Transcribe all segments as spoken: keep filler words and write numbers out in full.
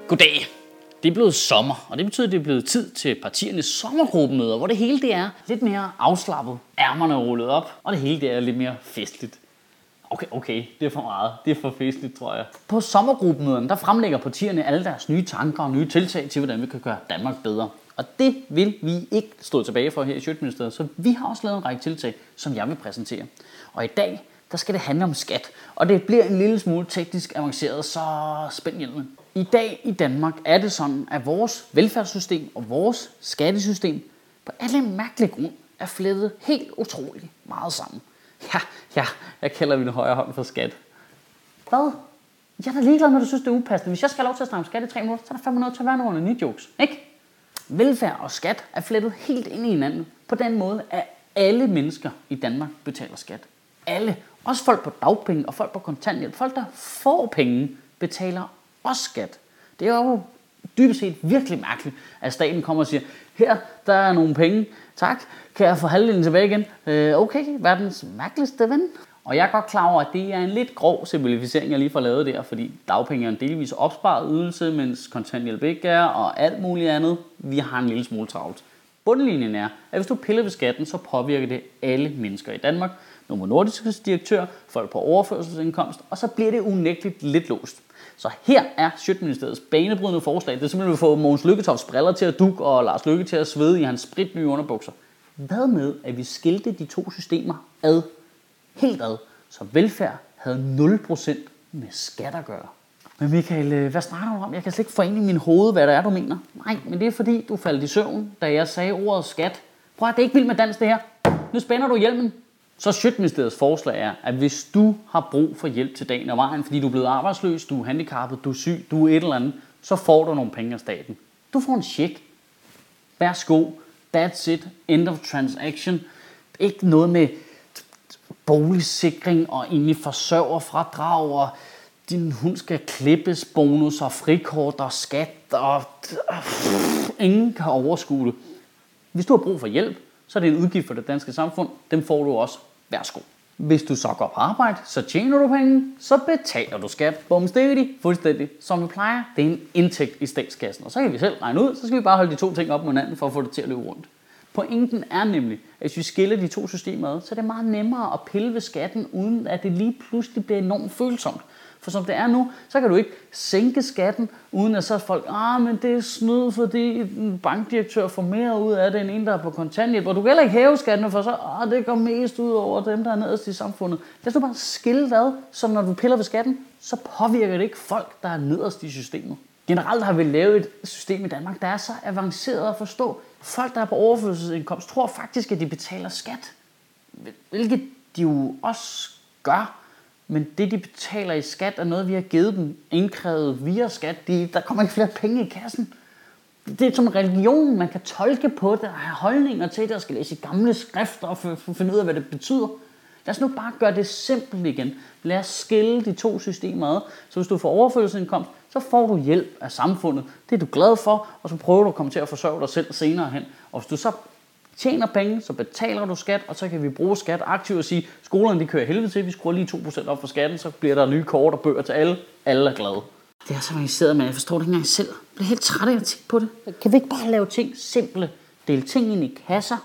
Goddag. Det er blevet sommer, og det betyder, at det er blevet tid til partiernes sommergruppemøder, hvor det hele det er lidt mere afslappet, ærmerne er rullet op, og det hele det er lidt mere festligt. Okay, okay, det er for meget. Det er for festligt, tror jeg. På sommergruppemøderne, der fremlægger partierne alle deres nye tanker og nye tiltag til, hvordan vi kan gøre Danmark bedre. Og det vil vi ikke stå tilbage for her i Sjøtministeriet, så vi har også lavet en række tiltag, som jeg vil præsentere. Og i dag, der skal det handle om skat, og det bliver en lille smule teknisk avanceret, så spænd hjelmen. I dag i Danmark er det sådan, at vores velfærdssystem og vores skattesystem på alle mærkelige grund er flettet helt utroligt meget sammen. Ja, ja, jeg kalder min højre hånd for skat. Hvad? Jeg er da ligeglad, når du synes, det er upassende. Hvis jeg skal have lov til at snakke om skat i tre minutter, så er der fem minutter til at være nogle nye jokes, ikke? Velfærd og skat er flettet helt ind i hinanden på den måde, at alle mennesker i Danmark betaler skat. Alle. Også folk på dagpenge og folk på kontanthjælp. Folk, der får penge, betaler også skat. Det er jo dybest set virkelig mærkeligt, at staten kommer og siger, her, der er nogle penge, tak, kan jeg få halvdelen tilbage igen? Øh, okay, verdens mærkeligste ven. Og jeg er godt klar over, at det er en lidt grov simplificering, jeg lige får lavet der, fordi dagpenge er en delvis opsparet ydelse, mens kontanthjælp ikke er, og alt muligt andet. Vi har en lille smule travlt. Bundlinjen er, at hvis du piller ved skatten, så påvirker det alle mennesker i Danmark. Nogle nordiske direktør, folk på overførselsindkomst, og så bliver det unægteligt lidt låst. Så her er Sjøtministeriets banebrydende forslag. Det er simpelthen at få Mogens Lykketofts briller til at dukke og Lars Løkke til at svede i hans spritnye underbukser. Hvad med, at vi skilte de to systemer ad, helt ad, så velfærd havde nul procent med skat at gøre? Men Michael, hvad snakker du om? Jeg kan slet ikke få ind i min hoved, hvad det er, du mener. Nej, men det er fordi, du faldt i søvn, da jeg sagde ordet skat. Prøv at det er ikke vildt med dans, det her. Nu spænder du hjelmen. Så Sjøtministeriets forslag er, at hvis du har brug for hjælp til dagen og vejen, fordi du er blevet arbejdsløs, du er handicappet, du er syg, du er et eller andet, så får du nogle penge af staten. Du får en check. Værsgo. That's it. End of transaction. Ikke noget med boligsikring og egentlig forsørgerfradrag og din hund skal klippes, bonus og frikort og skat og pff, ingen kan overskue det. Hvis du har brug for hjælp, så er det en udgift for det danske samfund. Dem får du også. Værsgo. Hvis du så går på arbejde, så tjener du penge, så betaler du skat. Bumstævigt, fuldstændig som vi plejer. Det er en indtægt i statskassen. Og så kan vi selv regne ud, så skal vi bare holde de to ting op mod hinanden for at få det til at løbe rundt. Pointen er nemlig, at hvis vi skiller de to systemer ad, så er det meget nemmere at pille ved skatten, uden at det lige pludselig bliver enormt følsomt. For som det er nu, så kan du ikke sænke skatten, uden at så er folk, ah, men det er snyd, fordi en bankdirektør får mere ud af det, end en, der er på kontanthjælp. Og du kan heller ikke hæve skatten, for så, ah, det går mest ud over dem, der er nederst i samfundet. Lad os nu bare skille ad, så når du piller ved skatten, så påvirker det ikke folk, der er nederst i systemet. Generelt har vi lavet et system i Danmark, der er så avanceret at forstå. Folk, der er på overførselsindkomst, tror faktisk, at de betaler skat. Hvilket de jo også gør. Men det, de betaler i skat, er noget, vi har givet dem indkrævet via skat. De, der kommer ikke flere penge i kassen. Det er som en religion, man kan tolke på det og have holdninger til det, og skal læse i gamle skrifter og finde ud af, hvad det betyder. Lad os nu bare gøre det simpelt igen. Lad os skille de to systemer ad. Så hvis du får overførselsindkomst, så får du hjælp af samfundet. Det er du glad for, og så prøver du at komme til at forsørge dig selv senere hen. Og hvis du så tjener penge, så betaler du skat, og så kan vi bruge skat aktivt og sige, skolerne de kører helvede til, vi skruer lige to procent op for skatten, så bliver der nye kort og bøger til alle. Alle er glade. Det er så avanceret, men jeg forstår det ikke engang selv. Jeg bliver helt træt af at tænke på det. Kan vi ikke bare lave ting simple? Dele ting ind i kasser,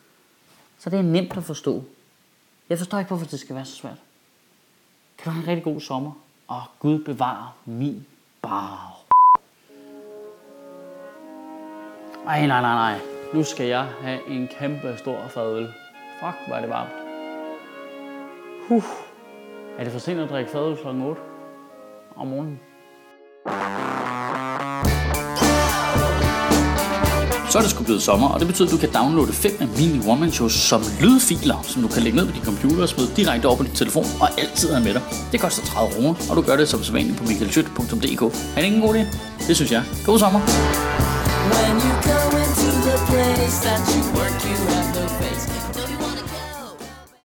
så det er nemt at forstå. Jeg forstår ikke, hvorfor det skal være så svært. Kan du have en rigtig god sommer, og Gud bevare min bar. Ej, nej, nej, nej. Nu skal jeg have en kæmpe stor fadøl. Fuck, hvor er det varmt. Huh. Er det for sent at drikke fadøl klokken otte om morgenen? Så er det sgu blevet sommer, og det betyder, at du kan downloade fem af mine one-man-shows som lydfiler, som du kan lægge ned på din computer og smide direkte over på din telefon og altid have med dig. Det koster tredive kroner, og du gør det som sædvanligt på michael schødt punktum d k. Er det ikke en god idé? Det synes jeg. God sommer! When you go into the place that you work, you have no face.